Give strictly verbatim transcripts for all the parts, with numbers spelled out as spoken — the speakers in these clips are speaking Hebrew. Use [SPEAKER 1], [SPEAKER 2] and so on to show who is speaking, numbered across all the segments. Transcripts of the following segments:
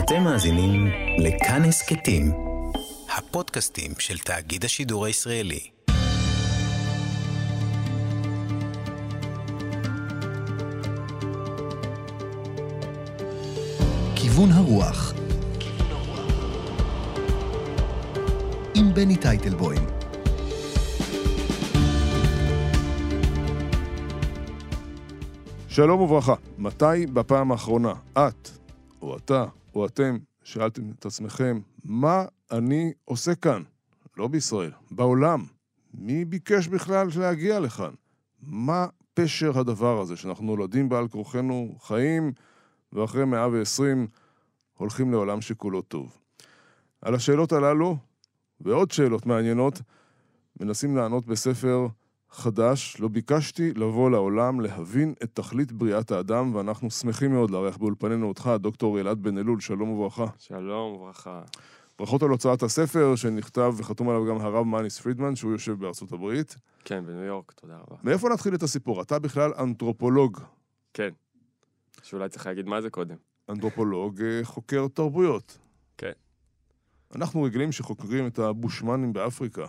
[SPEAKER 1] אתם מאזינים לכאן הסכתים, הפודקאסטים של תאגיד השידור הישראלי.
[SPEAKER 2] כיוון הרוח עם בני טייטלבוים.
[SPEAKER 3] שלום וברכה. מתי בפעם האחרונה את או אתה או אתם שאלתם את עצמכם מה אני עושה כאן? לא בישראל, בעולם. מי ביקש בכלל להגיע לכאן? מה פשר הדבר הזה שאנחנו נולדים בעל כורחנו חיים ואחרי מאה ועשרים הולכים לעולם שכולו טוב? על השאלות הללו ועוד שאלות מעניינות מנסים לענות בספר חדש. לא ביקשתי לבוא לעולם להבין את תכלית בריאת האדם, ואנחנו שמחים מאוד לארח באולפנינו אותך, דוקטור אלעד בן אלול. שלום וברכה.
[SPEAKER 4] שלום וברכה.
[SPEAKER 3] ברכות על הוצאת הספר שנכתב וחתום עליו גם הרב מניס פרידמן, שהוא יושב בארצות הברית.
[SPEAKER 4] כן, בניו יורק, תודה רבה.
[SPEAKER 3] מאיפה נתחיל את הסיפור? אתה בכלל אנתרופולוג.
[SPEAKER 4] כן. שאולי צריך להגיד מה זה קודם.
[SPEAKER 3] אנתרופולוג, חוקר תרבויות.
[SPEAKER 4] כן.
[SPEAKER 3] אנחנו רגילים שחוקרים את הבושמנים באפריקה.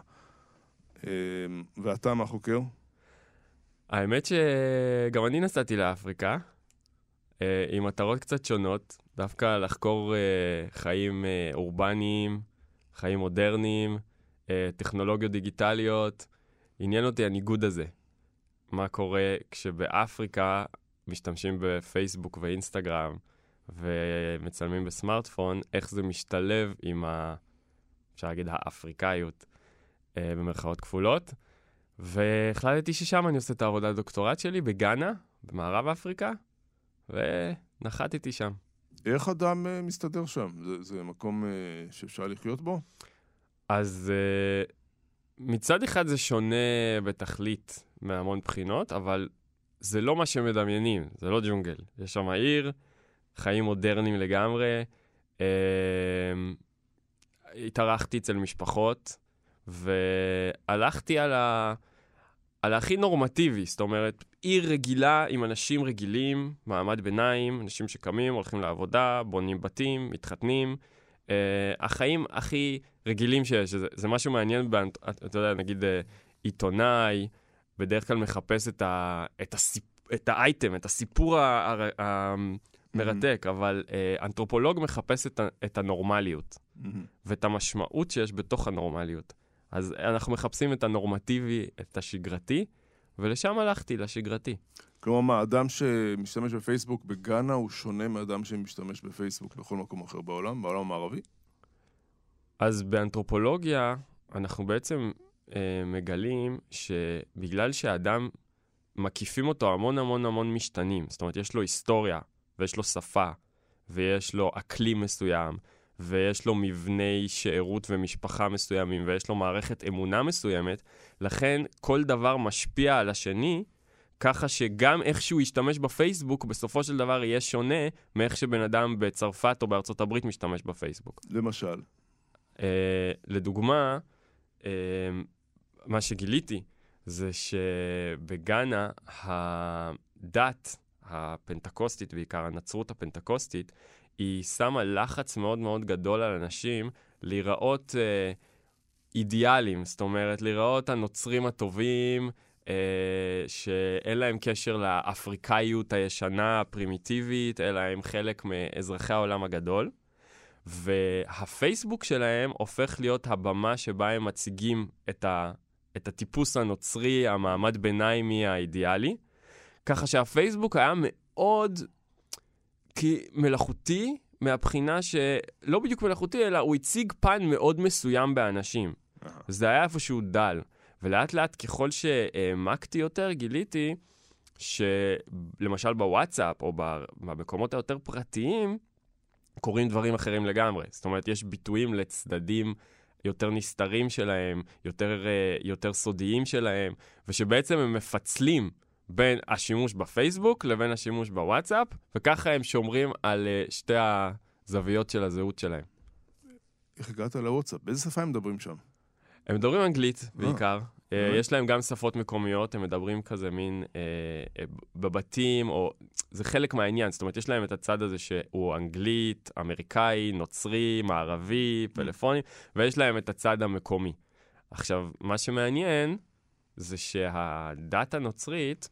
[SPEAKER 3] ואתה מה חוקר?
[SPEAKER 4] האמת שגם אני נסעתי לאפריקה, עם מטרות קצת שונות, דווקא לחקור חיים אורבניים, חיים מודרניים, טכנולוגיות דיגיטליות. עניין אותי הניגוד הזה. מה קורה כשבאפריקה משתמשים בפייסבוק ואינסטגרם ומצלמים בסמארטפון, איך זה משתלב עם ה... אפשר להגיד האפריקאיות. במרכאות כפולות, והחלטתי ששם אני עושה את העבודה הדוקטורט שלי בגאנה, במערב אפריקה, ונחתתי שם.
[SPEAKER 3] איך אדם uh, מסתדר שם? זה, זה מקום uh, שאפשר לחיות בו?
[SPEAKER 4] אז uh, מצד אחד זה שונה בתכלית מהמון בחינות, אבל זה לא מה שמדמיינים, זה לא ג'ונגל. יש שם העיר, חיים מודרניים לגמרי, uh, התארחתי אצל משפחות, והלכתי על ה... על הכי נורמטיבי, זאת אומרת, עיר רגילה עם אנשים רגילים, מעמד ביניים, אנשים שקמים, הולכים לעבודה, בונים בתים, מתחתנים, uh, החיים הכי רגילים שיש, זה, זה משהו מעניין, באנט... אתה יודע, נגיד uh, עיתונאי, בדרך כלל מחפש את, ה... את, הסיפ... את האייטם, את הסיפור המרתק, mm-hmm. אבל uh, אנתרופולוג מחפש את, ה... את הנורמליות, mm-hmm. ואת המשמעות שיש בתוך הנורמליות. אז אנחנו מחפשים את הנורמטיבי, את השגרתי, ולשם הלכתי, לשגרתי.
[SPEAKER 3] כלומר, מה, אדם שמשתמש בפייסבוק בגאנה הוא שונה מאדם שמשתמש בפייסבוק בכל מקום אחר בעולם, בעולם המערבי?
[SPEAKER 4] אז באנתרופולוגיה אנחנו בעצם אה, מגלים שבגלל שהאדם מקיפים אותו המון המון המון משתנים, זאת אומרת, יש לו היסטוריה, ויש לו שפה, ויש לו אקלים מסוים, ויש לו מבני שערות ומשפחה מסוימים, ויש לו מערכת אמונה מסוימת, לכן כל דבר משפיע על השני, ככה שגם איך שהוא ישתמש בפייסבוק, בסופו של דבר יהיה שונה מאיך שבן אדם בצרפת או בארצות הברית משתמש בפייסבוק.
[SPEAKER 3] למשל?
[SPEAKER 4] אה, לדוגמה, אה, מה שגיליתי, זה שבגאנה הדת הפנטקוסטית, בעיקר הנצרות הפנטקוסטית, היא שמה לחץ מאוד מאוד גדול על אנשים להיראות אה, אידיאליים, זאת אומרת, להיראות הנוצרים הטובים, אה, שאין להם קשר לאפריקאיות הישנה, הפרימיטיבית, אלא הם חלק מאזרחי העולם הגדול. והפייסבוק שלהם הופך להיות הבמה שבה הם מציגים את, ה, את הטיפוס הנוצרי, המעמד ביניימי האידיאלי, ככה שהפייסבוק היה מאוד... כי מלאכותי, מהבחינה שלא בדיוק מלאכותי, אלא הוא הציג פן מאוד מסוים באנשים. זה היה איפשהו דל. ולאט לאט ככל שהעמקתי יותר, גיליתי שלמשל בוואטסאפ או במקומות היותר פרטיים, קוראים דברים אחרים לגמרי. זאת אומרת, יש ביטויים לצדדים יותר נסתרים שלהם, יותר, יותר סודיים שלהם, ושבעצם הם מפצלים בין השימוש בפייסבוק לבין השימוש בוואטסאפ, וככה הם שומרים על uh, שתי הזוויות של הזהות שלהם.
[SPEAKER 3] איך הגעת לוואטסאפ? באיזה שפה הם מדברים שם?
[SPEAKER 4] הם מדברים אנגלית בעיקר. יש להם גם שפות מקומיות, הם מדברים כזה מין בבתים, או זה חלק מהעניין, זאת אומרת, יש להם את הצד הזה שהוא אנגלית, אמריקאי, נוצרי, מערבי, פלאפוני, ויש להם את הצד המקומי. עכשיו, מה שמעניין זה שהדת הנוצרית,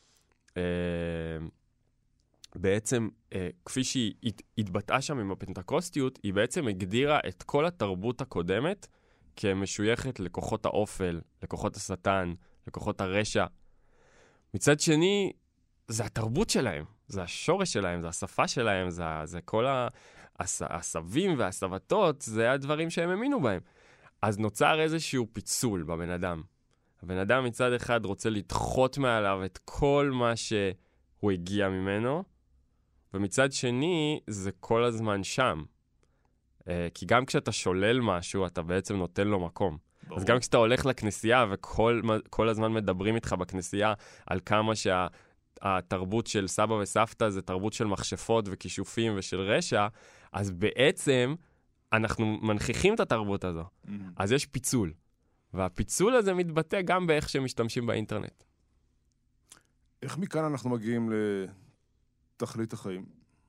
[SPEAKER 4] בעצם, כפי שהיא התבטאה שם עם הפנטקוסטיות, היא בעצם הגדירה את כל התרבות הקודמת, כמשויכת לכוחות האופל, לכוחות השטן, לכוחות הרשע. מצד שני, זה התרבות שלהם, זה השורש שלהם, זה השפה שלהם, זה, זה כל הס, הסבים והסבתות, זה הדברים שהם האמינו בהם. אז נוצר איזשהו פיצול בבן אדם. הבן אדם מצד אחד רוצה לדחות מעליו את כל מה שהוא הגיע ממנו, ומצד שני, זה כל הזמן שם. כי גם כשאתה שולל משהו, אתה בעצם נותן לו מקום. ברור. אז גם כשאתה הולך לכנסייה, וכל כל הזמן מדברים איתך בכנסייה, על כמה שהתרבות של סבא וסבתא זה תרבות של מכשפות וכישופים ושל רשע, אז בעצם אנחנו מנכיחים את התרבות הזו. Mm-hmm. אז יש פיצול. והפיצול הזה מתבטא גם באיך שמשתמשים באינטרנט.
[SPEAKER 3] איך מכאן אנחנו מגיעים לתכלית החיים?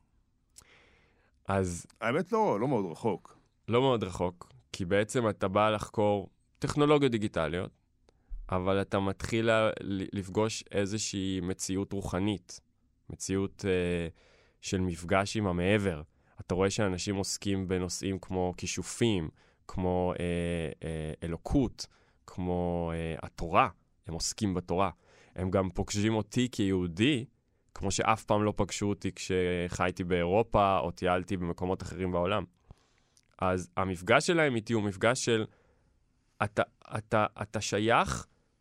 [SPEAKER 4] אז...
[SPEAKER 3] האמת לא, לא מאוד רחוק.
[SPEAKER 4] לא מאוד רחוק, כי בעצם אתה בא לחקור טכנולוגיות דיגיטליות, אבל אתה מתחיל לפגוש איזושהי מציאות רוחנית, מציאות אה, של מפגש עם המעבר. אתה רואה שאנשים עוסקים בנושאים כמו כישופים, כמו אה, אה, אלוקות, כמו אה, התורה, הם עוסקים בתורה. הם גם פוגשים אותי כיהודי, כמו שאף פעם לא פגשו אותי כשחייתי באירופה או טיילתי במקומות אחרים בעולם. אז המפגש שלהם איתי הוא מפגש של אתה, אתה, אתה שייך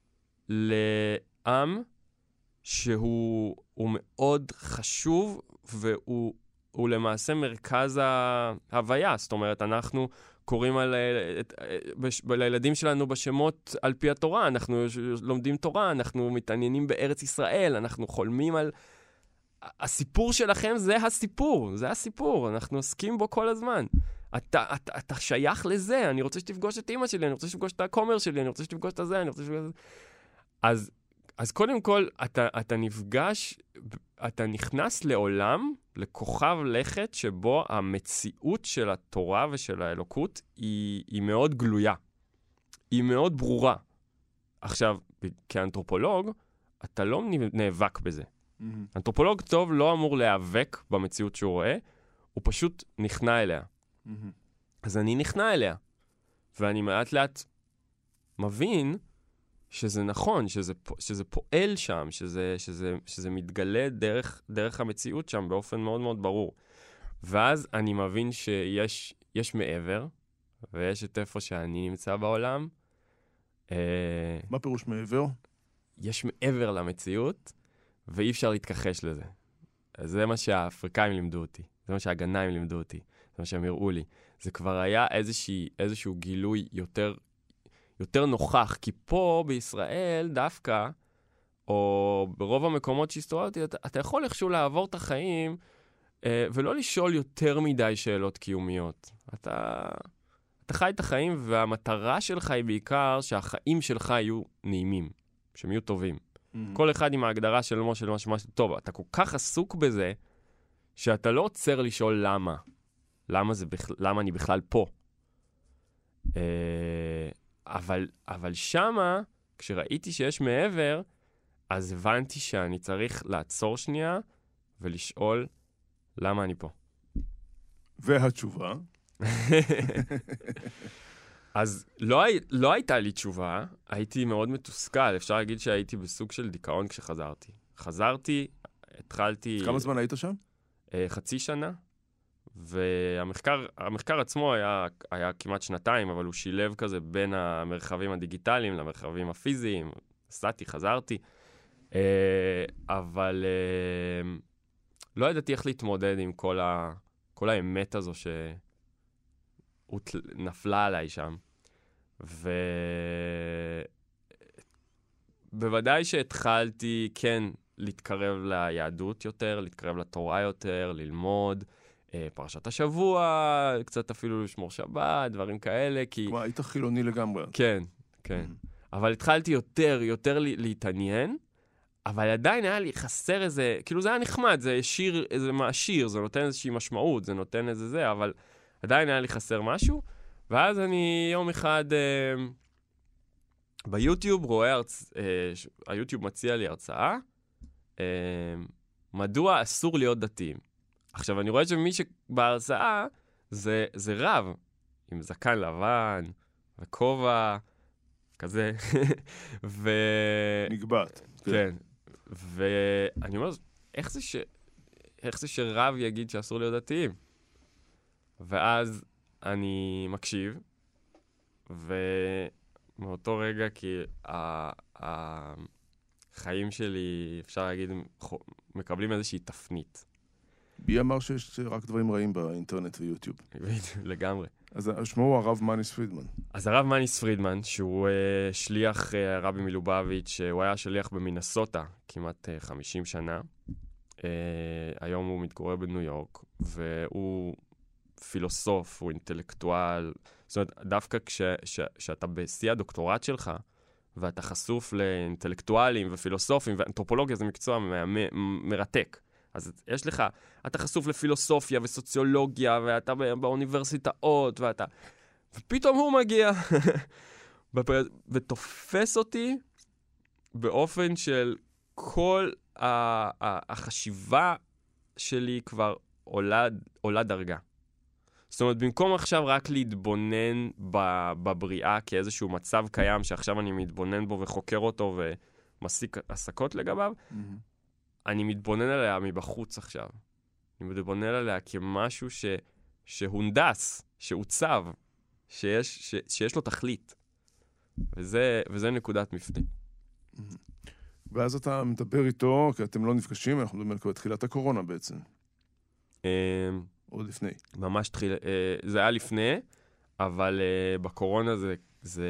[SPEAKER 4] לעם שהוא הוא מאוד חשוב והוא הוא למעשה מרכז ההוויה. זאת אומרת, אנחנו קוראים על, את, בש, לילדים שלנו בשמות על פי התורה, אנחנו לומדים תורה, אנחנו מתעניינים בארץ ישראל, אנחנו חולמים על... הסיפור שלכם זה הסיפור, זה הסיפור, אנחנו עוסקים בו כל הזמן. אתה, אתה, אתה שייך לזה, אני רוצה שתפגוש את אמא שלי, אני רוצה שתפגוש את הכומר שלי, אני רוצה שתפגוש את הזה, אני רוצה שתפגוש את זה. אז, אז קודם כל, אתה, אתה נפגש, אתה נכנס לעולם, לכוכב לכת, שבו המציאות של התורה ושל האלוקות היא, היא מאוד גלויה. היא מאוד ברורה. עכשיו, כאנתרופולוג, אתה לא נאבק בזה. Mm-hmm. אנתרופולוג טוב לא אמור להיאבק במציאות שהוא רואה, הוא פשוט נכנע אליה. Mm-hmm. אז אני נכנע אליה, ואני מעט לאט מבין שזה נכון, שזה, שזה פועל שם, שזה, שזה, שזה מתגלה דרך, דרך המציאות שם באופן מאוד מאוד ברור. ואז אני מבין שיש יש מעבר, ויש את איפה שאני נמצא בעולם.
[SPEAKER 3] מה פירוש מעבר?
[SPEAKER 4] יש מעבר למציאות, ואי אפשר להתכחש לזה. זה מה שהאפריקאים לימדו אותי, זה מה שהגנאים לימדו אותי, זה מה שהם הראו לי. זה כבר היה איזושהי, איזשהו גילוי יותר, יותר נוכח, כי פה בישראל דווקא, או ברוב המקומות שהסתובבתי, אתה, אתה יכול איכשהו לעבור את החיים, אה, ולא לשאול יותר מדי שאלות קיומיות. אתה, אתה חי את החיים, והמטרה שלך היא בעיקר שהחיים שלך יהיו נעימים, שהם יהיו טובים. כל אחד עם ההגדרה של מה של משהו משהו טוב. אתה כל כך עסוק בזה, שאתה לא עוצר לשאול למה. למה, זה בכ... למה אני בכלל פה. אה, אבל, אבל שמה, כשראיתי שיש מעבר, אז הבנתי שאני צריך לעצור שנייה, ולשאול למה אני פה.
[SPEAKER 3] והתשובה?
[SPEAKER 4] אז לא, לא הייתה לי תשובה, הייתי מאוד מתוסכל, אפשר להגיד שהייתי בסוג של דיכאון כשחזרתי. חזרתי, התחלתי...
[SPEAKER 3] כמה זמן היית שם?
[SPEAKER 4] חצי שנה, והמחקר המחקר עצמו היה, היה כמעט שנתיים, אבל הוא שילב כזה בין המרחבים הדיגיטליים למרחבים הפיזיים, עשיתי, חזרתי, אבל לא ידעתי איך להתמודד עם כל, ה, כל האמת הזו שנפלה עליי שם. ובוודאי שהתחלתי, כן, להתקרב ליהדות יותר, להתקרב לתורה יותר, ללמוד, אה, פרשת השבוע, קצת אפילו לשמור שבת, דברים כאלה, כי...
[SPEAKER 3] כלומר, היית חילוני לגמרי.
[SPEAKER 4] כן, כן. Mm-hmm. אבל התחלתי יותר, יותר להתעניין, אבל עדיין היה לי חסר איזה, כאילו זה היה נחמד, זה שיר, איזה מעשיר, זה נותן איזושהי משמעות, זה נותן איזה זה, אבל עדיין היה לי חסר משהו, ואז אני יום אחד אה, ביוטיוב רואה, הרצ... אה, היוטיוב מציע לי הרצאה, אה, מדוע אסור להיות דתיים. עכשיו, אני רואה שמי שבהרצאה זה, זה רב, עם זקן לבן, וכובע, כזה, ו...
[SPEAKER 3] נגבעת.
[SPEAKER 4] כן. ואני אומר, איך זה, ש... איך זה שרב יגיד שאסור להיות דתיים? ואז אני מקשיב, ומאותו רגע, כי ה... החיים שלי, אפשר להגיד, מקבלים איזושהי תפנית.
[SPEAKER 3] בי אמר שיש רק דברים רעים באינטרנט ויוטיוב.
[SPEAKER 4] לגמרי.
[SPEAKER 3] אז שמו הוא הרב מניס פרידמן.
[SPEAKER 4] אז הרב מניס פרידמן, שהוא uh, שליח uh, הרבי מלובביץ', שהוא היה שליח במינסוטה כמעט uh, חמישים שנה. Uh, היום הוא מתגורר בניו יורק, והוא פילוסוף, הוא אינטלקטואל. זאת אומרת, דווקא כשאתה בשיא הדוקטורט שלך, ואתה חשוף לאינטלקטואלים ופילוסופים, ואנתרופולוגיה זה מקצוע מ- מרתק. אז יש לך, אתה חשוף לפילוסופיה וסוציולוגיה, ואתה באוניברסיטאות, ואתה... ופתאום הוא מגיע, ותופס אותי באופן של כל החשיבה שלי כבר עולה, עולה דרגה. זאת אומרת, במקום עכשיו רק להתבונן בבריאה כאיזשהו מצב קיים, שעכשיו אני מתבונן בו וחוקר אותו ומסיק עסקות לגביו, mm-hmm. אני מתבונן עליה מבחוץ עכשיו. אני מתבונן עליה כמשהו ש, שהונדס, שעוצב, שיש, ש, שיש לו תכלית. וזה, וזה נקודת מפנה.
[SPEAKER 3] ואז אתה מדבר איתו, כי אתם לא נפגשים, אנחנו מדברים על תחילת הקורונה בעצם. עוד לפני.
[SPEAKER 4] ממש תחיל... זה היה לפני, אבל בקורונה זה... זה...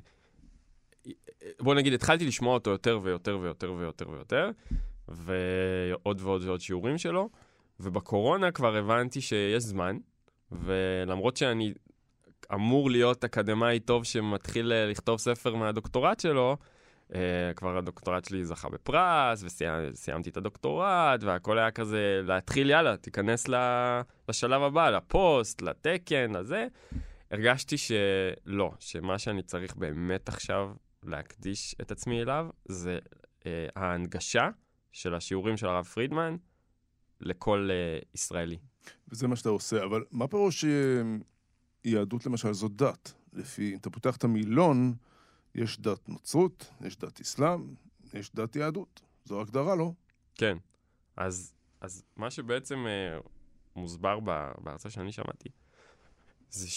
[SPEAKER 4] בוא נגיד, התחלתי לשמוע אותו יותר ויותר ויותר ויותר ויותר, ועוד ועוד ועוד שיעורים שלו, ובקורונה כבר הבנתי שיש זמן, ולמרות שאני אמור להיות אקדמאי טוב שמתחיל לכתוב ספר מהדוקטורט שלו, Uh, כבר הדוקטורט שלי זכה בפרס, וסיימתי את הדוקטורט, והכל היה כזה להתחיל, יאללה, תיכנס לשלב הבא, לפוסט, לתקן, לזה. הרגשתי שלא, שמה שאני צריך באמת עכשיו להקדיש את עצמי אליו, זה uh, ההנגשה של השיעורים של הרב פרידמן לכל uh, ישראלי.
[SPEAKER 3] וזה מה שאתה עושה, אבל מה פירוש שיהדות למשל זו דת? לפי, אם אתה פותח את המילון, יש דת נוצרות, יש דת אסלאם, יש דת יהדות. זו הגדרה, לא? כן.
[SPEAKER 4] אז, אז מה שבעצם אה, מוסבר בהרצאה שאני שמעתי, זה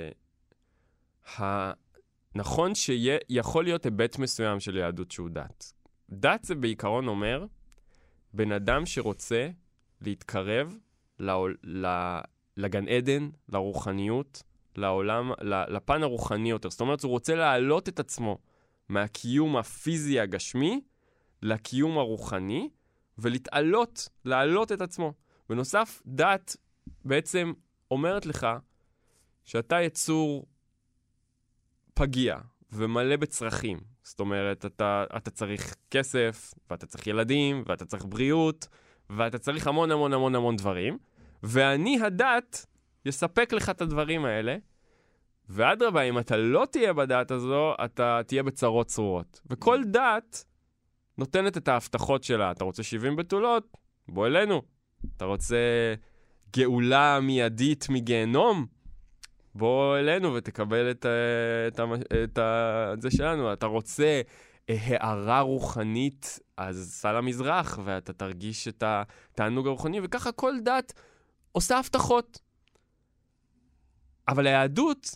[SPEAKER 4] שנכון שיכול להיות היבט מסוים של יהדות שהוא דת. דת זה בעיקרון אומר, בן אדם שרוצה להתקרב לעול, לגן עדן, לרוחניות, לעולם, לפן הרוחני יותר. זאת אומרת, הוא רוצה להעלות את עצמו מהקיום הפיזי הגשמי לקיום הרוחני, ולהתעלות, להעלות את עצמו. בנוסף, דת בעצם אומרת לך שאתה יצור פגיע ומלא בצרכים. זאת אומרת, אתה, אתה צריך כסף, ואתה צריך ילדים, ואתה צריך בריאות, ואתה צריך המון המון המון המון דברים, ואני הדת יספק לך את הדברים האלה, ואדרבה, אם אתה לא תהיה בדת הזו, אתה תהיה בצרות צרורות. וכל דת נותנת את ההבטחות שלה. אתה רוצה שבעים בתולות? בוא אלינו. אתה רוצה גאולה מיידית מגיהנום? בוא אלינו ותקבל את, את, את, את זה שלנו. אתה רוצה הערה רוחנית, אז סע למזרח, ואתה תרגיש את התענוג הרוחני, וככה כל דת עושה הבטחות. אבל היהדות,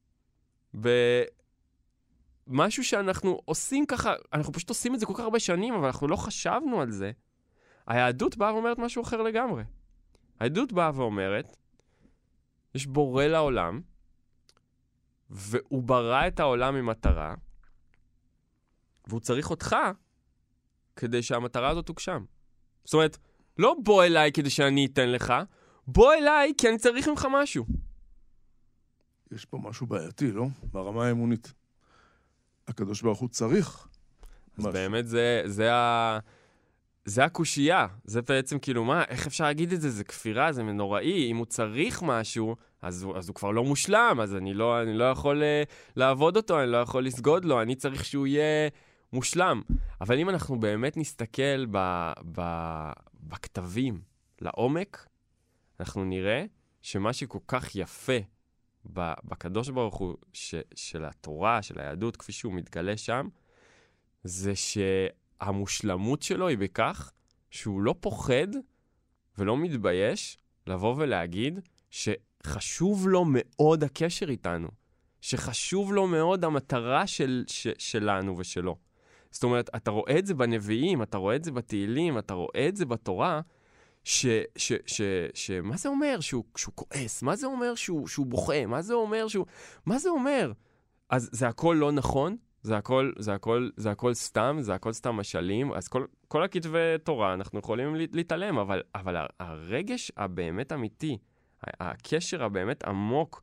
[SPEAKER 4] במשהו שאנחנו עושים ככה, אנחנו פשוט עושים את זה כל כך הרבה שנים, אבל אנחנו לא חשבנו על זה. היהדות באה ואומרת משהו אחר לגמרי. היהדות באה ואומרת, יש בורא לעולם, והוא ברא את העולם ממטרה, והוא צריך אותך כדי שהמטרה הזאת תוגשם. זאת אומרת, לא בוא אליי כדי שאני אתן לך, בוא אליי כי אני צריך ממך משהו.
[SPEAKER 3] יש פה משהו בעייתי, לא? ברמה האמונית. הקדוש ברוך הוא צריך
[SPEAKER 4] אז
[SPEAKER 3] משהו.
[SPEAKER 4] באמת זה, זה ה... זה הקושייה, זה בעצם כאילו, מה, איך אפשר להגיד את זה? זה כפירה, זה נוראי, אם הוא צריך משהו, אז הוא, אז הוא כבר לא מושלם, אז אני לא, אני לא יכול uh, לעבוד אותו, אני לא יכול לסגוד לו, אני צריך שהוא יהיה מושלם. אבל אם אנחנו באמת נסתכל ב, ב, בכתבים לעומק, אנחנו נראה שמה שכל כך יפה ב, בקדוש ברוך הוא, ש, של התורה, של היהדות, כפי שהוא מתגלה שם, זה ש... המושלמות שלו היא בכך שהוא לא פוחד ולא מתבייש לבוא ולהגיד שחשוב לו מאוד הקשר איתנו, שחשוב לו מאוד המטרה של, ש, שלנו ושלו. זאת אומרת, אתה רואה את זה בנביאים, אתה רואה את זה בתהילים, אתה רואה את זה בתורה, ש, ש, ש, ש, מה זה אומר שהוא, שהוא כועס? מה זה אומר שהוא, שהוא בוכה? מה זה אומר שהוא... מה זה אומר? אז זה הכל לא נכון? זה הכל, זה הכל, זה הכל סתם, זה הכל סתם משלים, אז כל, כל הכתבי תורה אנחנו יכולים להתעלם, אבל, אבל הרגש הבאמת אמיתי, הקשר הבאמת עמוק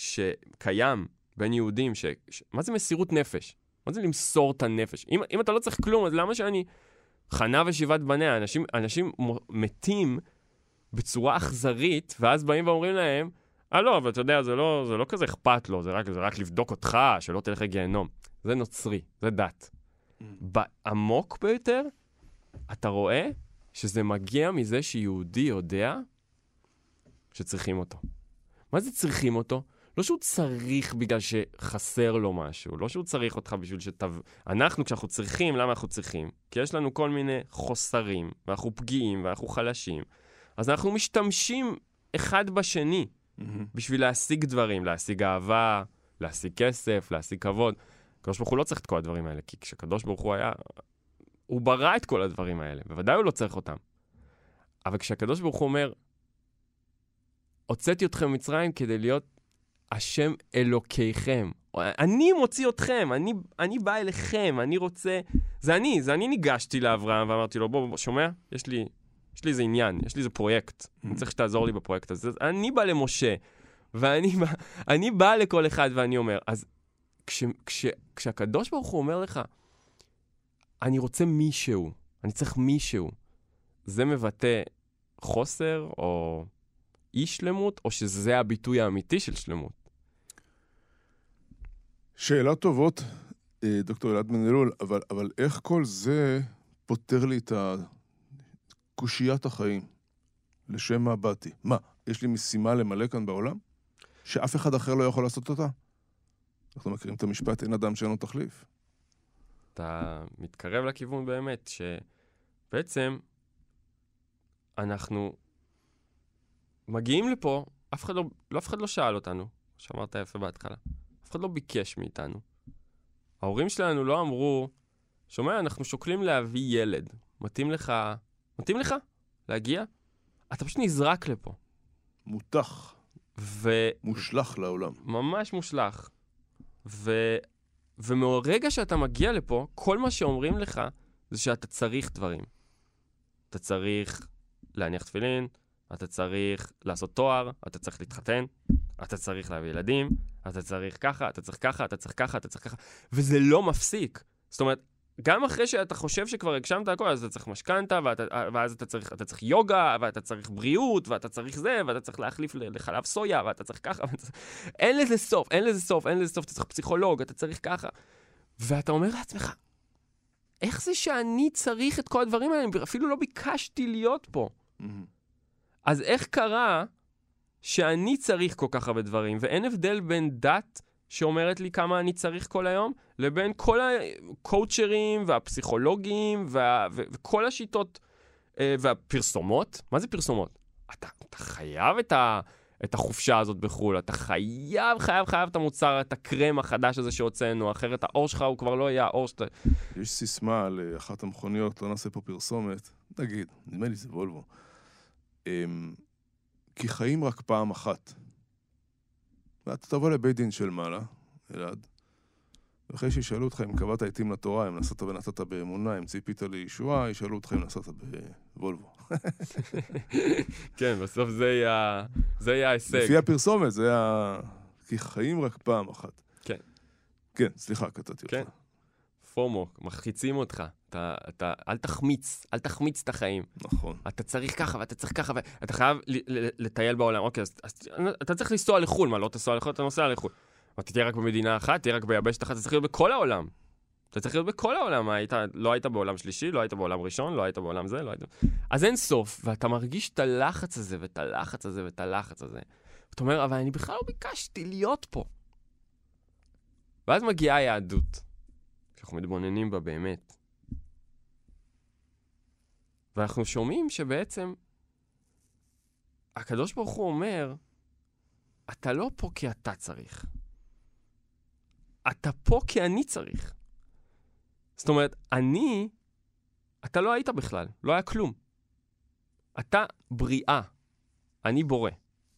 [SPEAKER 4] שקיים בין יהודים, ש, ש, מה זה מסירות נפש? מה זה למסור את הנפש? אם, אם אתה לא צריך כלום, אז למה שאני חנה ושיבת בניה? אנשים, אנשים מתים בצורה אכזרית, ואז באים ואומרים להם, אה לא, אבל אתה יודע, זה לא, זה לא כזה אכפת לו, זה רק, זה רק לבדוק אותך, שלא תלך לגיהנום. זה נוצרי, זה דת. Mm. בעמוק ביותר, אתה רואה שזה מגיע מזה שיהודי יודע שצריכים אותו. מה זה צריכים אותו? לא שהוא צריך בגלל שחסר לו משהו, לא שהוא צריך אותך בשביל שתו... אנחנו, כשאנחנו צריכים, למה אנחנו צריכים? כי יש לנו כל מיני חוסרים, ואנחנו פגיעים, ואנחנו חלשים. אז אנחנו משתמשים אחד בשני, mm-hmm. בשביל להשיג דברים, להשיג אהבה, להשיג כסף, להשיג כבוד. הקדוש ברוך הוא לא צריך את כל הדברים האלה, כי כשקדוש ברוך הוא היה, הוא ברא את כל הדברים האלה, בוודאי הוא לא צריך אותם. אבל כשהקדוש ברוך הוא אומר, הוצאתי אתכם ממצרים כדי להיות השם אלוקיכם. אני מוציא אתכם, אני, אני בא אליכם, אני רוצה... זה אני, זה אני ניגשתי לאברהם ואמרתי לו, בוא, בוא, שומע? יש לי, יש לי איזה עניין, יש לי איזה פרויקט. אני צריך שתעזור לי בפרויקט הזה. אני בא למשה, ואני בא, אני בא לכל אחד ואני אומר, אז כש, כש, כשהקדוש ברוך הוא אומר לך, אני רוצה מישהו, אני צריך מישהו, זה מבטא חוסר או אי שלמות, או שזה הביטוי האמיתי של שלמות?
[SPEAKER 3] שאלה טובות, דוקטור אלעד בן אלול, אבל, אבל איך כל זה פותר לי את קושיית החיים? לשם מה באתי? מה, יש לי משימה למלא כאן בעולם? שאף אחד אחר לא יכול לעשות אותה? אנחנו מכירים את המשפט, אין אדם שאין לו תחליף.
[SPEAKER 4] אתה מתקרב לכיוון באמת, שבעצם אנחנו מגיעים לפה, אף אחד לא, לא, אף אחד לא שאל אותנו, שאמרת יפה בהתחלה. אף אחד לא ביקש מאיתנו. ההורים שלנו לא אמרו, שומע, אנחנו שוקלים להביא ילד. מתאים לך, מתאים לך להגיע? אתה פשוט נזרק לפה.
[SPEAKER 3] מותח.
[SPEAKER 4] ו...
[SPEAKER 3] מושלח לעולם.
[SPEAKER 4] ממש מושלח. ו... ומהרגע שאתה מגיע לפה, כל מה שאומרים לך זה שאתה צריך דברים. אתה צריך להניח תפילין, אתה צריך לעשות תואר, אתה צריך להתחתן, אתה צריך להביא ילדים, אתה צריך ככה, אתה צריך ככה, אתה צריך ככה, אתה צריך ככה, וזה לא מפסיק. זאת אומרת, גם אחרי שאתה חושב שכבר הגשמת הכל, אז אתה צריך משכנתה, ואז אתה צריך, אתה צריך יוגה, ואתה צריך בריאות, ואתה צריך זה, ואתה צריך להחליף לחלב סויה, ואתה צריך ככה, ואתה... אין לזה סוף, אין לזה סוף, אין לזה סוף, אתה צריך פסיכולוג, אתה צריך ככה. ואתה אומר לעצמך, איך זה שאני צריך את כל הדברים האלה? אפילו לא ביקשתי להיות פה. Mm-hmm. אז איך קרה שאני צריך כל כך הרבה דברים, ואין הבדל בין דת שאומרת לי כמה אני צריך כל היום, לבין כל הקואוצ'רים והפסיכולוגים וה, ו, וכל השיטות אה, והפרסומות. מה זה פרסומות? אתה, אתה חייב את, ה, את החופשה הזאת בחול, אתה חייב, חייב, חייב את המוצר, את הקרם החדש הזה שהוצאנו, אחרת האור שלך הוא כבר לא יהיה האור שאתה...
[SPEAKER 3] יש סיסמה על אחת המכוניות, לא נעשה פה פרסומת, נגיד, נדמה לי זה וולבו. כי חיים רק פעם אחת. ואתה תבוא לבית דין של מעלה, אלעד, ואחרי שישאלו אותך אם קבעת עיתים לתורה, אם נסעת ונתת באמונה, אם ציפית לישועה, ישאלו אותך אם נסעת בוולבו.
[SPEAKER 4] כן, בסוף זה יהיה, זה יהיה ההישג.
[SPEAKER 3] לפי הפרסומת, זה היה... כי חיים רק פעם אחת.
[SPEAKER 4] כן.
[SPEAKER 3] כן, סליחה, קטעתי אותך.
[SPEAKER 4] כן. פומו, מחציצים אותך. אתה, אתה, אל תחמיץ, אל תחמיץ את החיים.
[SPEAKER 3] נכון.
[SPEAKER 4] אתה צריך ככה, ואתה צריך ככה, ואתה חייב ל- ל- לטייל בעולם. אוקיי, אז, אז אתה צריך לנסוע לחול. מה, לא תנסוע לחול, אתה נוסע לחול. אתה תהיה רק במדינה אחת, תהיה רק ביבשת אחת, אתה צריך להיות בכל העולם. אתה צריך להיות בכל העולם. היית, לא היית בעולם שלישי, לא היית בעולם ראשון, לא היית בעולם זה, לא היית... אז אין סוף, ואתה מרגיש את הלחץ הזה, ואת הלחץ הזה, ואת הלחץ הזה. ואתה אומר, אבל אני בכלל לא ביקשתי להיות פה. ואז מגיעה היהדות, שאנחנו מתבוננים בה באמת. ואנחנו שומעים שבעצם הקדוש ברוך הוא אומר, אתה לא פה כי אתה צריך. אתה פה כי אני צריך. זאת אומרת, אני, אתה לא היית בכלל, לא היה כלום. אתה בריאה, אני בורא.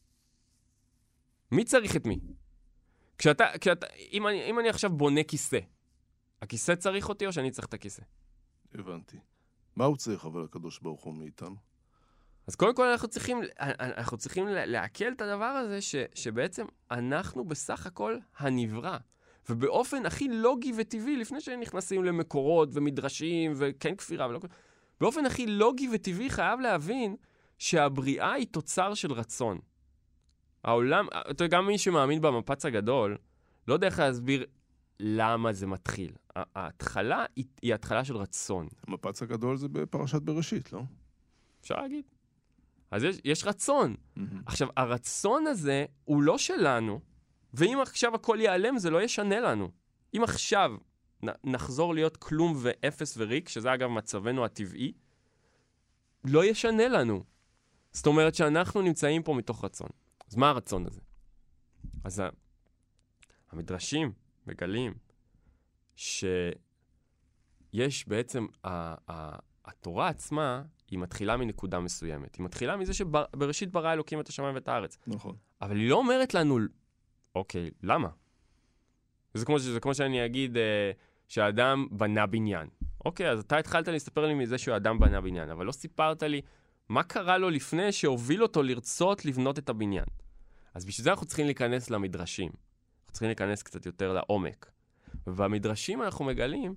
[SPEAKER 4] מי צריך את מי? כשאתה, כשאתה, אם אני, אם אני עכשיו בונה כיסא, הכיסא צריך אותי או שאני צריך את הכיסא?
[SPEAKER 3] הבנתי. מה הוא צריך אבל הקדוש ברוך הוא מאיתנו?
[SPEAKER 4] אז קודם כל אנחנו צריכים, אנחנו צריכים להקל את הדבר הזה ש, שבעצם אנחנו בסך הכל הנברא. ובאופן הכי לוגי וטבעי, לפני שנכנסים למקורות ומדרשים וכן כפירה ולא... באופן הכי לוגי וטבעי חייב להבין שהבריאה היא תוצר של רצון. העולם, אתה יודע, גם מי שמאמין במפץ הגדול, לא יודע איך להסביר למה זה מתחיל. ההתחלה היא, היא התחלה של רצון.
[SPEAKER 3] המפץ הגדול זה בפרשת בראשית, לא?
[SPEAKER 4] אפשר להגיד. אז יש, יש רצון. Mm-hmm. עכשיו, הרצון הזה הוא לא שלנו, ואם עכשיו הכל ייעלם, זה לא ישנה לנו. אם עכשיו נחזור להיות כלום ואפס וריק, שזה אגב מצבנו הטבעי, לא ישנה לנו. זאת אומרת שאנחנו נמצאים פה מתוך רצון. אז מה הרצון הזה? אז המדרשים מגלים שיש בעצם, התורה עצמה, היא מתחילה מנקודה מסוימת. היא מתחילה מזה שבראשית ברא אלוקים את השמיים ואת הארץ.
[SPEAKER 3] נכון.
[SPEAKER 4] אבל היא לא אומרת לנו, אוקיי, למה? זה כמו, זה כמו שאני אגיד אה, שהאדם בנה בניין. אוקיי, אז אתה התחלת להספר לי מזה שהאדם בנה בניין, אבל לא סיפרת לי מה קרה לו לפני שהוביל אותו לרצות לבנות את הבניין. אז בשביל זה אנחנו צריכים להיכנס למדרשים. אנחנו צריכים להיכנס קצת יותר לעומק. ובמדרשים אנחנו מגלים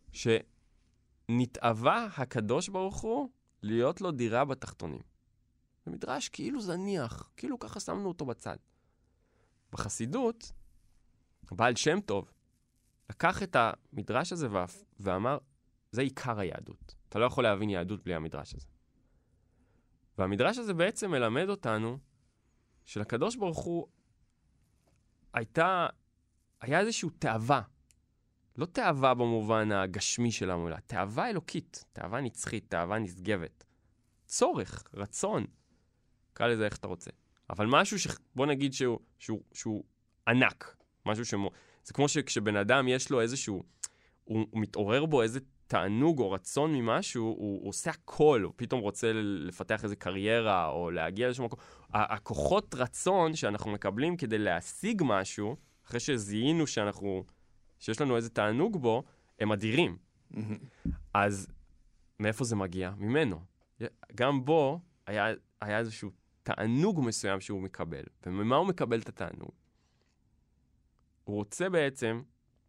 [SPEAKER 4] שנתאווה הקדוש ברוך הוא להיות לו דירה בתחתונים. במדרש כאילו זניח, כאילו ככה שמנו אותו בצד. בחסידות, בעל שם טוב, לקח את המדרש הזה ואמר, זה עיקר היהדות. אתה לא יכול להבין יהדות בלי המדרש הזה. והמדרש הזה בעצם מלמד אותנו שלקדוש ברוך הוא הייתה, היה איזשהו תאווה. לא תאווה במובן הגשמי שלנו, אלא תאווה אלוקית, תאווה נצחית, תאווה נשגבת. צורך, רצון. קרא לזה איך אתה רוצה. אבל משהו ש... בוא נגיד שהוא, שהוא, שהוא ענק. משהו שמו... זה כמו שכשבן אדם יש לו איזשהו... הוא, הוא מתעורר בו איזה תענוג או רצון ממשהו, הוא, הוא עושה הכל, הוא פתאום רוצה לפתח איזה קריירה, או להגיע לשום מקום. הכוחות רצון שאנחנו מקבלים כדי להשיג משהו, אחרי שזיהינו שאנחנו... שיש לנו איזה תענוג בו, הם אדירים. אז מאיפה זה מגיע? ממנו. גם בו היה, היה איזשהו תענוג מסוים שהוא מקבל. וממה הוא מקבל את התענוג? הוא רוצה בעצם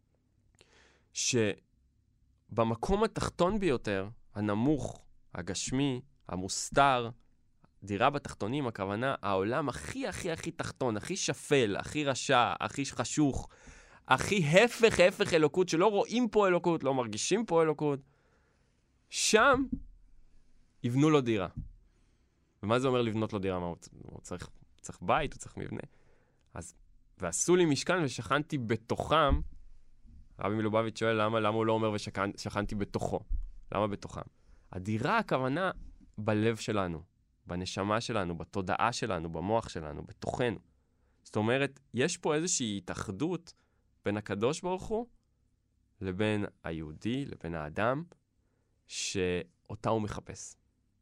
[SPEAKER 4] שבמקום התחתון ביותר, הנמוך, הגשמי, המוסתר, דירה בתחתונים, הכוונה, העולם הכי הכי הכי תחתון, הכי שפל, הכי רשע, הכי חשוך, הכי הפך הפך אלוקות, שלא רואים פה אלוקות, לא מרגישים פה אלוקות, שם יבנו לו דירה. ומה זה אומר לבנות לו דירה? מה, הוא, הוא צריך, צריך בית, הוא צריך מבנה. אז, ועשו לי משכן ושכנתי בתוכם. רבי מלובביץ' שואל למה, למה הוא לא אומר ושכנתי בתוכו. למה בתוכם? הדירה הכוונה בלב שלנו, בנשמה שלנו, בתודעה שלנו, במוח שלנו, בתוכנו. זאת אומרת, יש פה איזושהי התאחדות בין הקדוש ברוך הוא לבין היהודי, לבין האדם, שאותה הוא מחפש.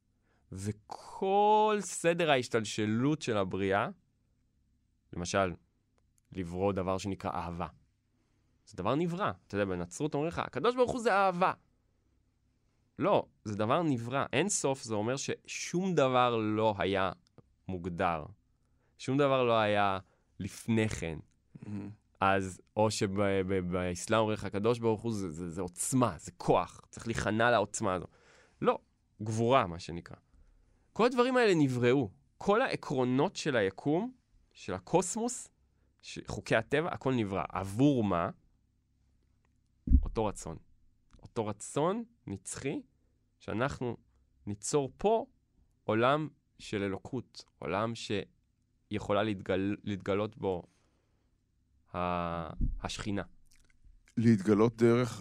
[SPEAKER 4] וכל סדר ההשתלשלות של הבריאה, למשל, לברוא דבר שנקרא אהבה. זה דבר נברא. אתה יודע, בנצרות אומרים לך, הקדוש ברוך הוא זה אהבה. לא, זה דבר נברא. אין סוף, זה אומר ששום דבר לא היה מוגדר. שום דבר לא היה לפני כן. Mm-hmm. אז, או שבאסלאם אומרים לך, הקדוש ברוך הוא זה, זה, זה עוצמה, זה כוח, צריך להיכנע לעוצמה הזו. לא, גבורה, מה שנקרא. כל הדברים האלה נבראו. כל העקרונות של היקום, של הקוסמוס, חוקי הטבע, הכל נברא. עבור מה? אותו רצון. אותו רצון נצחי, שאנחנו ניצור פה עולם של אלוקות, עולם שיכולה להתגל, להתגלות בו השכינה.
[SPEAKER 3] להתגלות דרך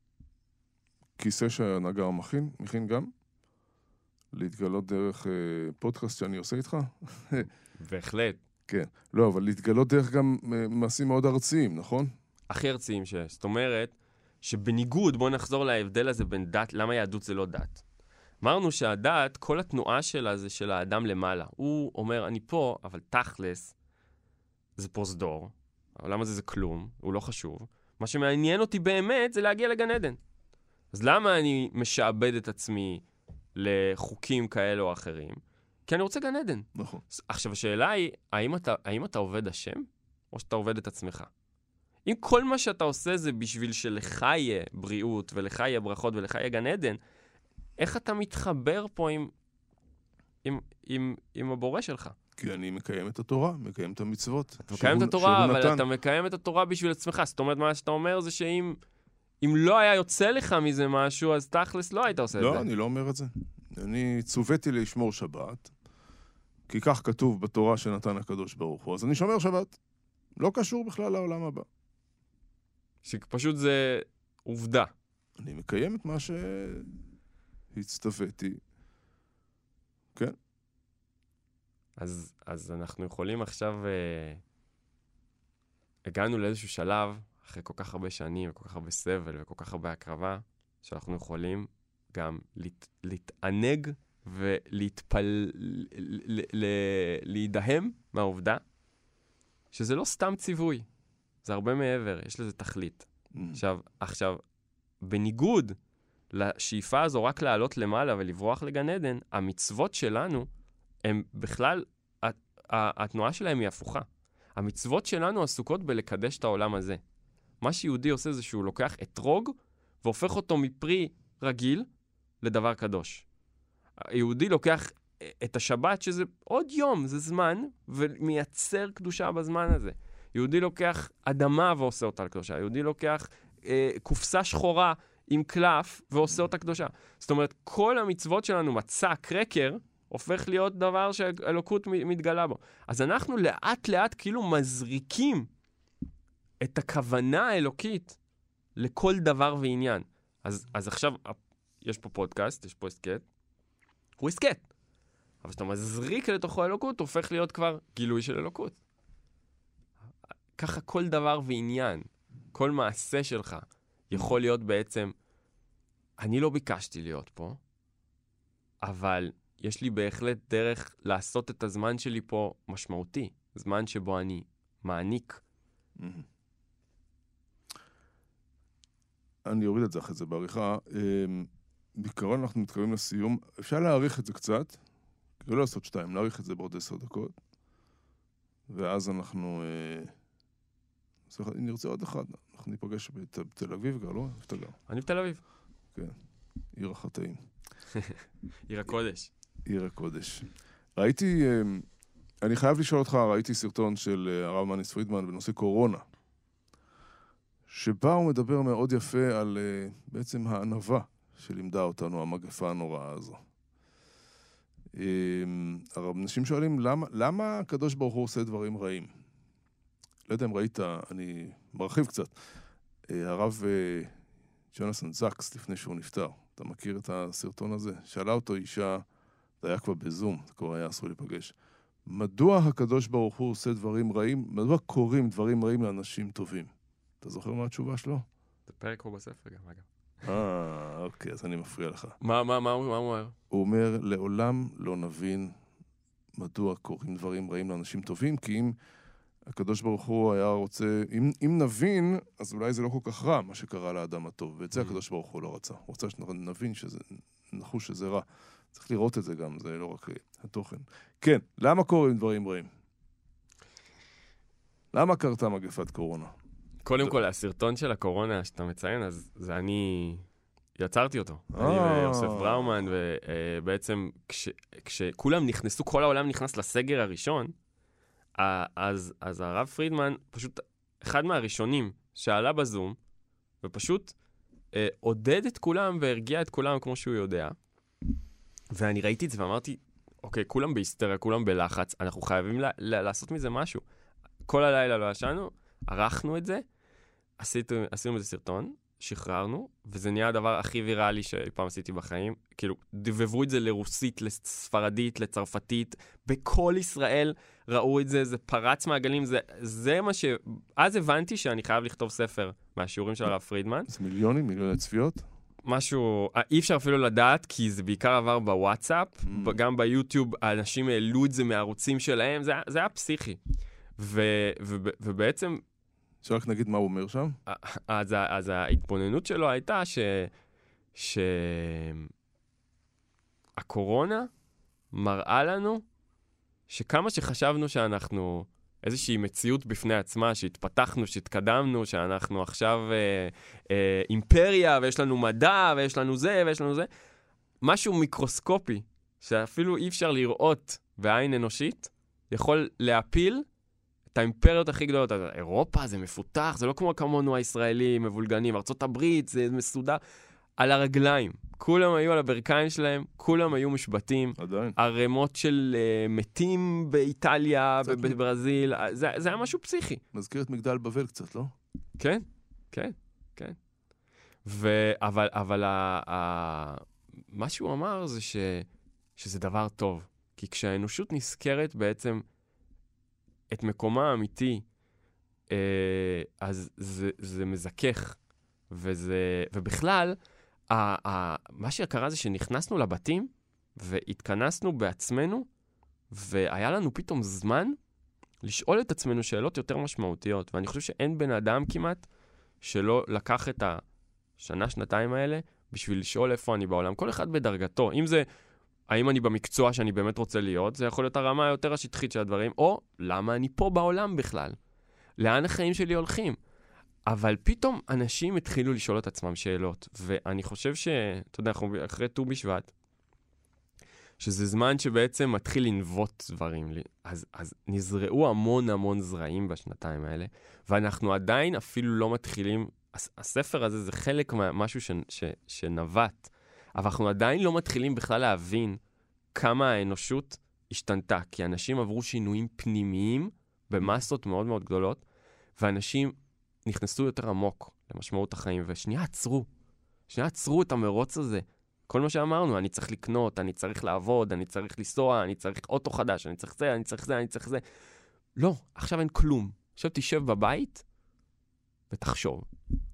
[SPEAKER 3] כיסא שהנגר מכין, מכין גם? להתגלות דרך אה, פודקאסט שאני עושה איתך?
[SPEAKER 4] בהחלט.
[SPEAKER 3] כן. לא, אבל להתגלות דרך גם אה, מעשים מאוד ארציים, נכון?
[SPEAKER 4] הכי ארציים שיש. זאת אומרת, שבניגוד, בואו נחזור להבדל הזה בין דת, למה יהדות זה לא דת? אמרנו שהדת, כל התנועה שלה זה של האדם למעלה. הוא אומר, אני פה, אבל תכלס, זה פרוזדור. העולם הזה זה כלום, הוא לא חשוב. מה שמעניין אותי באמת זה להגיע לגן עדן. אז למה אני משעבד את עצמי לחוקים כאלה או אחרים? כי אני רוצה גן עדן.
[SPEAKER 3] נכון.
[SPEAKER 4] עכשיו, השאלה היא, האם אתה, האם אתה עובד השם, או שאתה עובד את עצמך? אם כל מה שאתה עושה זה בשביל שלך יהיה בריאות, ולך יהיה ברכות, ולך יהיה גן עדן, איך אתה מתחבר פה עם, עם, עם, עם הבורא שלך?
[SPEAKER 3] כי אני מקיים את התורה, מקיים את המצוות.
[SPEAKER 4] אתה מקיים את התורה, אבל נתן. אתה מקיים את התורה בשביל עצמך. זאת אומרת, מה שאתה אומר זה שאם אם לא היה יוצא לך מזה משהו, אז תכלס לא היית עושה
[SPEAKER 3] לא,
[SPEAKER 4] את זה.
[SPEAKER 3] לא, אני לא אומר את זה. אני צוויתי לשמור שבת, כי כך כתוב בתורה שנתן הקדוש ברוך הוא. אז אני שומר שבת. לא קשור בכלל לעולם הבא.
[SPEAKER 4] שפשוט זה עובדה.
[SPEAKER 3] אני מקיים את מה שהצטוויתי. כן.
[SPEAKER 4] אז, אז אנחנו יכולים עכשיו... אה, הגענו לאיזשהו שלב, אחרי כל כך הרבה שנים, וכל כך הרבה סבל, וכל כך הרבה הקרבה, שאנחנו יכולים גם להת, להתענג ולהתפל... ל, ל, ל, להידהם מהעובדה, שזה לא סתם ציווי. זה הרבה מעבר, יש לזה תכלית. Mm. עכשיו, עכשיו, בניגוד לשאיפה הזו רק לעלות למעלה ולברוח לגן עדן, המצוות שלנו, הם בכלל, התנועה שלהם היא הפוכה. המצוות שלנו עסוקות בלקדש את העולם הזה. מה שיהודי עושה זה שהוא לוקח אתרוג, והופך אותו מפרי רגיל לדבר קדוש. היהודי לוקח את השבת, שזה עוד יום, זה זמן, ומייצר קדושה בזמן הזה. יהודי לוקח אדמה ועושה אותה לקדושה. יהודי לוקח אה, קופסה שחורה עם קלף ועושה אותה קדושה. זאת אומרת, כל המצוות שלנו, מצה, קרקר, הופך להיות דבר שהאלוקות מתגלה בו. אז אנחנו לאט לאט כאילו מזריקים את הכוונה האלוקית לכל דבר ועניין. אז, אז עכשיו, יש פה פודקאסט, יש פה הסקט, הוא הסקט. אבל שאתה מזריק לתוכו האלוקות, הופך להיות כבר גילוי של אלוקות. ככה כל דבר ועניין, כל מעשה שלך, יכול להיות בעצם, אני לא ביקשתי להיות פה, אבל יש לי בהחלט דרך לעשות את הזמן שלי פה משמעותי. זמן שבו אני מעניק.
[SPEAKER 3] אני אוריד את זה אחרי זה בעריכה. בעיקרון אנחנו מתקרבים לסיום. אפשר להאריך את זה קצת, לא לעשות שתיים, להאריך את זה בעוד עשר דקות. ואז אנחנו... אני נרצה עוד אחד. אנחנו ניפגש בתל אביב, גר, לא? איפה אתה גר?
[SPEAKER 4] אני בתל אביב.
[SPEAKER 3] כן, עיר החטאים.
[SPEAKER 4] עיר הקודש.
[SPEAKER 3] עיר הקודש. ראיתי, אני חייב לשאול אותך, ראיתי סרטון של הרב מניס פרידמן בנושא קורונה, שבה הוא מדבר מאוד יפה על בעצם הענווה שלימדה אותנו, המגפה הנוראה הזו. אנשים שואלים, למה, למה הקדוש ברוך הוא עושה דברים רעים? לא יודע אם ראית, אני מרחיב קצת. הרב ג'ונסון זקס, לפני שהוא נפטר, אתה מכיר את הסרטון הזה? שאלה אותו אישה, זה היה כבר בזום, זה כבר היה אסור להיפגש. מדוע הקדוש ברוך הוא עושה דברים רעים? מדוע קוראים דברים רעים לאנשים טובים? אתה זוכר מה התשובה שלו?
[SPEAKER 4] זה פרק הוא בספר גם, אגב.
[SPEAKER 3] אה, אוקיי, אז אני מפריע לך.
[SPEAKER 4] מה, מה, מה הוא אומר?
[SPEAKER 3] הוא אומר, לעולם לא נבין מדוע קוראים דברים רעים לאנשים טובים, כי אם הקדוש ברוך הוא היה רוצה, אם, אם נבין, אז אולי זה לא כל כך רע, מה שקרה לאדם הטוב. ואת זה הקדוש ברוך הוא לא רצה. הוא רוצה שנבין שזה, נחוש שזה רע. צריך לראות את זה גם, זה לא רק התוכן. כן, למה קוראים דברים רעים? למה קרתה מגפת קורונה?
[SPEAKER 4] קודם כל, הסרטון של הקורונה שאתה מציין, אז זה אני יצרתי אותו.
[SPEAKER 3] אה.
[SPEAKER 4] אני ויוסף בראומן, ובעצם כשכולם נכנסו, כל העולם נכנס לסגר הראשון, אז, אז הרב פרידמן, פשוט אחד מהראשונים שעלה בזום, ופשוט אה, עודד את כולם והרגיע את כולם כמו שהוא יודע. ואני ראיתי את זה ואמרתי, אוקיי, כולם בהיסטריה, כולם בלחץ, אנחנו חייבים ל- ל- לעשות מזה משהו. כל הלילה לא ישנו, ערכנו את זה, עשיתו, עשינו איזה סרטון, שחררנו, וזה נהיה הדבר הכי ויראלי שאי פעם עשיתי בחיים. כאילו, דבבו את זה לרוסית, לספרדית, לצרפתית, בכל ישראל ראו את זה, זה פרץ מעגלים, זה, זה מה ש... אז הבנתי שאני חייב לכתוב ספר מהשיעורים של הרב פרידמן.
[SPEAKER 3] זה מיליונים, מיליוני צפיות?
[SPEAKER 4] משהו, אי אפשר אפילו לדעת, כי זה בעיקר עבר בוואטסאפ, mm. גם ביוטיוב, האנשים העלו את זה מהערוצים שלהם, זה, זה היה פסיכי. ו, ו, ובעצם...
[SPEAKER 3] שרק נגיד מה הוא אומר שם?
[SPEAKER 4] אז, אז ההתבוננות שלו הייתה ש... שהקורונה מראה לנו שכמה שחשבנו שאנחנו איזושהי מציאות בפני עצמה, שהתפתחנו, שהתקדמנו, שאנחנו עכשיו אה, אה, אימפריה, ויש לנו מדע, ויש לנו זה, ויש לנו זה, משהו מיקרוסקופי, שאפילו אי אפשר לראות בעין אנושית, יכול להפיל את האימפריות הכי גדולות. אירופה זה מפותח, זה לא כמו כמונו הישראלים, מבולגנים, ארצות הברית, זה מסודר. על הרגליים. כולם היו על הברכיים שלהם, כולם היו משבטים.
[SPEAKER 3] עדיין.
[SPEAKER 4] הרמות של uh, מתים באיטליה, בברזיל, זה, זה היה משהו פסיכי.
[SPEAKER 3] מזכיר את מגדל בבל קצת, לא?
[SPEAKER 4] כן, כן, כן. ו, אבל, אבל ה, ה, מה שהוא אמר זה ש, שזה דבר טוב. כי כשהאנושות נזכרת בעצם את מקומה האמיתי, אה, אז זה, זה מזכך. וזה, ובכלל, ה, ה, מה שקרה זה שנכנסנו לבתים, והתכנסנו בעצמנו, והיה לנו פתאום זמן לשאול את עצמנו שאלות יותר משמעותיות. ואני חושב שאין בן אדם כמעט שלא לקח את השנה, שנתיים האלה, בשביל לשאול איפה אני בעולם. כל אחד בדרגתו. אם זה, האם אני במקצוע שאני באמת רוצה להיות, זה יכול להיות הרמה היותר השטחית של הדברים, או למה אני פה בעולם בכלל? לאן החיים שלי הולכים? אבל פתאום אנשים התחילו לשאול את עצמם שאלות, ואני חושב ש... אתה יודע, אנחנו אחרי ט"ו בשבט, שזה זמן שבעצם מתחיל לנבוט דברים. אז, אז נזרעו המון המון זרעים בשנתיים האלה, ואנחנו עדיין אפילו לא מתחילים... הספר הזה זה חלק ממשהו ש, ש, שנבט, אבל אנחנו עדיין לא מתחילים בכלל להבין כמה האנושות השתנתה, כי אנשים עברו שינויים פנימיים במסות מאוד מאוד גדולות, ואנשים נכנסו יותר עמוק למשמעות החיים, ושנייה עצרו, שנייה עצרו את המרוץ הזה. כל מה שאמרנו, אני צריך לקנות, אני צריך לעבוד, אני צריך לנסוע, אני צריך אוטו חדש, אני צריך זה, אני צריך זה, אני צריך זה. לא, עכשיו אין כלום. עכשיו תשב בבית ותחשוב.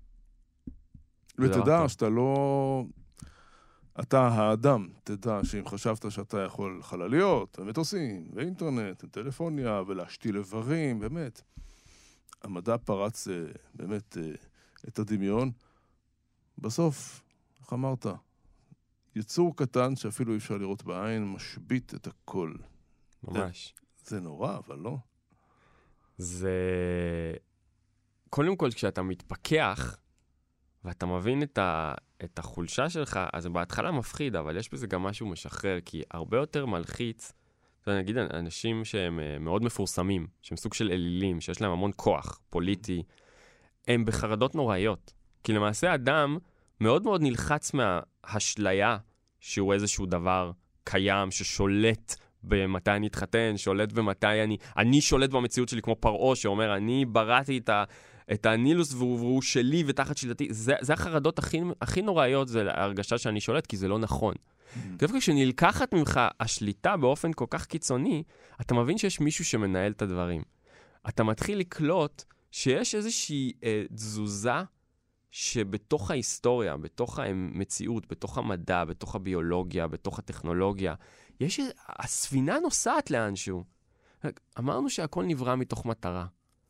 [SPEAKER 3] ותדע שאתה לא... אתה האדם, תדע שאם חשבת שאתה יכול חלליות, ומטוסים, ואינטרנט, וטלפוניה, ולהשתיל איברים, באמת. המדע פרץ באמת את הדמיון. בסוף, איך אמרת? יצור קטן שאפילו אי אפשר לראות בעין, משבית את הכל.
[SPEAKER 4] ממש.
[SPEAKER 3] זה, זה נורא, אבל לא.
[SPEAKER 4] זה... קודם כל, כשאתה מתפכח, ואתה מבין את, ה... את החולשה שלך, אז זה בהתחלה מפחיד, אבל יש בזה גם משהו משחרר, כי הרבה יותר מלחיץ, נגיד, אנשים שהם מאוד מפורסמים, שהם סוג של אלילים, שיש להם המון כוח פוליטי, הם בחרדות נוראיות. כי למעשה אדם מאוד מאוד נלחץ מההשליה שהוא איזשהו דבר קיים, ששולט במתי אני אתחתן, שולט במתי אני... אני שולט במציאות שלי כמו פרעה, שאומר, אני בראתי את, ה, את הנילוס והוא, והוא שלי ותחת שליטתי. זה, זה החרדות הכי, הכי נוראיות, זה ההרגשה שאני שולט, כי זה לא נכון. דווקא כשנלקחת ממך השליטה באופן כל כך קיצוני, אתה מבין שיש מישהו שמנהל את הדברים. אתה מתחיל לקלוט שיש איזושהי אה, תזוזה שבתוך ההיסטוריה, בתוך המציאות, בתוך המדע, בתוך הביולוגיה, בתוך הטכנולוגיה, יש... הספינה נוסעת לאנשהו. אמרנו שהכל נברא מתוך מטרה.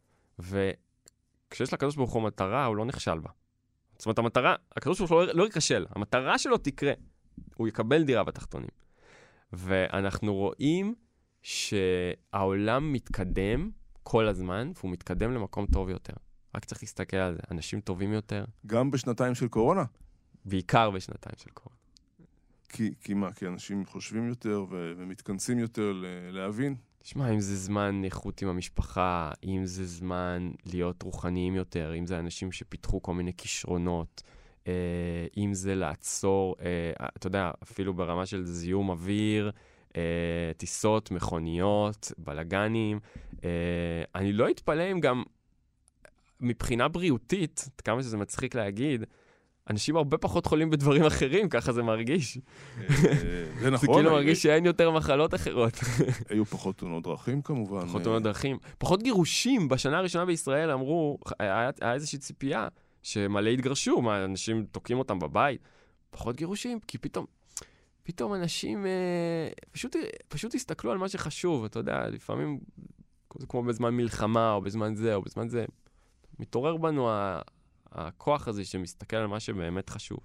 [SPEAKER 4] וכשיש לקדוש ברוך הוא מטרה, הוא לא נכשל בה. זאת אומרת, המטרה, הקדוש ברוך הוא לא, לא יקשל. המטרה שלו תקרה. הוא יקבל דירה בתחתונים. ואנחנו רואים שהעולם מתקדם כל הזמן, והוא מתקדם למקום טוב יותר. רק צריך להסתכל על זה. אנשים טובים יותר.
[SPEAKER 3] גם בשנתיים של קורונה?
[SPEAKER 4] בעיקר בשנתיים של קורונה.
[SPEAKER 3] כי, כי מה? כי אנשים חושבים יותר ו- ומתכנסים יותר ל- להבין?
[SPEAKER 4] תשמע, אם זה זמן איכות עם המשפחה, אם זה זמן להיות רוחניים יותר, אם זה אנשים שפיתחו כל מיני כישרונות, אה, אם זה לעצור, אה, אתה יודע, אפילו ברמה של זיהום אוויר, אה, טיסות, מכוניות, בלגנים. אה, אני לא אתפלא אם גם מבחינה בריאותית, כמה שזה מצחיק להגיד, אנשים הרבה פחות חולים בדברים אחרים, ככה זה מרגיש.
[SPEAKER 3] זה נכון.
[SPEAKER 4] זה כאילו מרגיש שאין יותר מחלות אחרות.
[SPEAKER 3] היו פחות תאונות דרכים כמובן.
[SPEAKER 4] פחות תאונות דרכים. פחות גירושים. בשנה הראשונה בישראל אמרו, היה איזושהי ציפייה שמלא התגרשו, מה, אנשים תוקעים אותם בבית. פחות גירושים, כי פתאום, פתאום אנשים פשוט, פשוט הסתכלו על מה שחשוב. אתה יודע, לפעמים, כמו בזמן מלחמה, או בזמן זה, או בזמן זה, מתעורר בנו ה... הכוח הזה שמסתכל על מה שבאמת חשוב.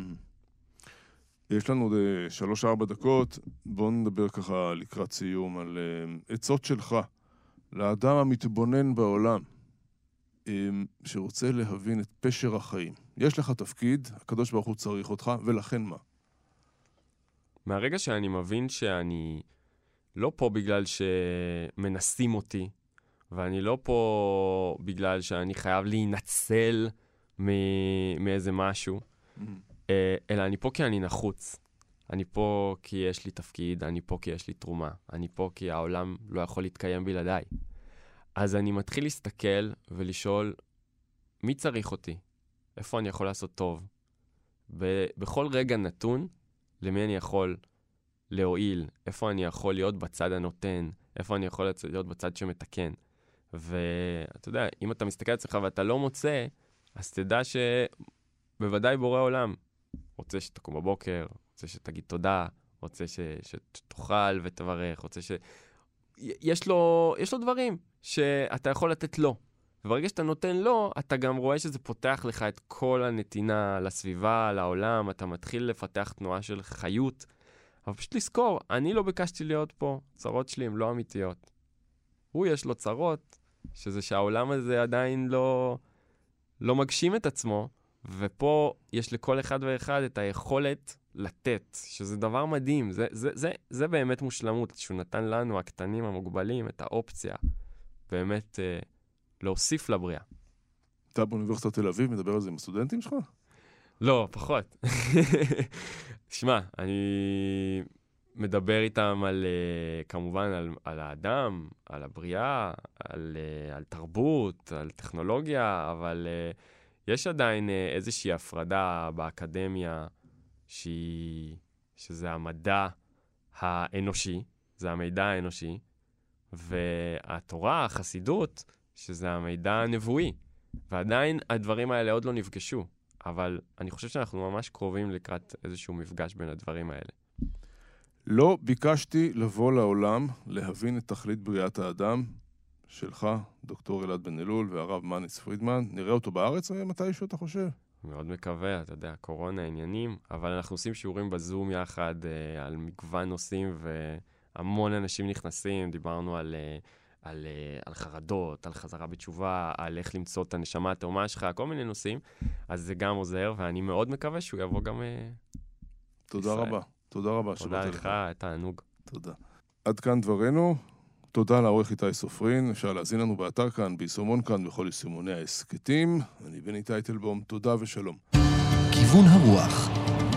[SPEAKER 3] יש לנו עוד שלוש-ארבע דקות, בואו נדבר ככה לקראת סיום על uh, עצות שלך לאדם המתבונן בעולם, um, שרוצה להבין את פשר החיים. יש לך תפקיד, הקדוש ברוך הוא צריך אותך, ולכן מה?
[SPEAKER 4] מהרגע שאני מבין שאני לא פה בגלל שמנסים אותי, ואני לא פה בגלל שאני חייב להינצל מאיזה משהו, אלא אני פה כי אני נחוץ. אני פה כי יש לי תפקיד, אני פה כי יש לי תרומה, אני פה כי העולם לא יכול להתקיים בלעדיי. אז אני מתחיל להסתכל ולשאול, מי צריך אותי? איפה אני יכול לעשות טוב? בכל רגע נתון, למי אני יכול להועיל? איפה אני יכול להיות בצד הנותן? איפה אני יכול להיות בצד שמתקן? ואתה יודע, אם אתה מסתכל על עצמך ואתה לא מוצא, אז תדע שבוודאי בורא עולם רוצה שתקום בבוקר, רוצה שתגיד תודה, רוצה ש... שתאכל ותברך, רוצה ש... יש לו, יש לו דברים שאתה יכול לתת לו. וברגע שאתה נותן לו, אתה גם רואה שזה פותח לך את כל הנתינה לסביבה, לעולם, אתה מתחיל לפתח תנועה של חיות. אבל פשוט לזכור, אני לא ביקשתי להיות פה, צרות שלי הן לא אמיתיות. הוא יש לו צרות, שזה שהעולם הזה עדיין לא, לא מגשים את עצמו, ופה יש לכל אחד ואחד את היכולת לתת, שזה דבר מדהים. זה, זה, זה, זה באמת מושלמות, שהוא נתן לנו, הקטנים המוגבלים, את האופציה, באמת אה, להוסיף לבריאה.
[SPEAKER 3] אתה באוניברסיטת תל אביב מדבר על זה עם הסטודנטים שלך?
[SPEAKER 4] לא, פחות. תשמע, אני מדבר איתם על, uh, כמובן, על, על האדם, על הבריאה, על, uh, על תרבות, על טכנולוגיה, אבל uh, יש עדיין uh, איזושהי הפרדה באקדמיה, שהיא, שזה המדע האנושי, זה המידע האנושי, והתורה, החסידות, שזה המידע הנבואי. ועדיין הדברים האלה עוד לא נפגשו. אבל אני חושב שאנחנו ממש קרובים לקראת איזשהו מפגש בין הדברים האלה.
[SPEAKER 3] לא ביקשתי לבוא לעולם להבין את תכלית בריאת האדם שלך, דוקטור אלעד בן אלול והרב מניץ פרידמן. נראה אותו בארץ מתישהו, אתה חושב?
[SPEAKER 4] מאוד מקווה, אתה יודע, קורונה, עניינים, אבל אנחנו עושים שיעורים בזום יחד אה, על מגוון נושאים, והמון אנשים נכנסים. דיברנו על... אה, על, על חרדות, על חזרה בתשובה, על איך למצוא את הנשמה התאומה שלך, כל מיני נושאים. אז זה גם עוזר, ואני מאוד מקווה שהוא יבוא גם
[SPEAKER 3] תודה
[SPEAKER 4] ישראל.
[SPEAKER 3] רבה. תודה רבה.
[SPEAKER 4] תודה לך, תענוג.
[SPEAKER 3] תודה. עד כאן דברנו. תודה לעורך איתי סופרין. אפשר להזין לנו באתר כאן, ביישומון כאן, בכל יישומוני העסקתים. אני בני טייטלבום. תודה ושלום.
[SPEAKER 2] כיוון הרוח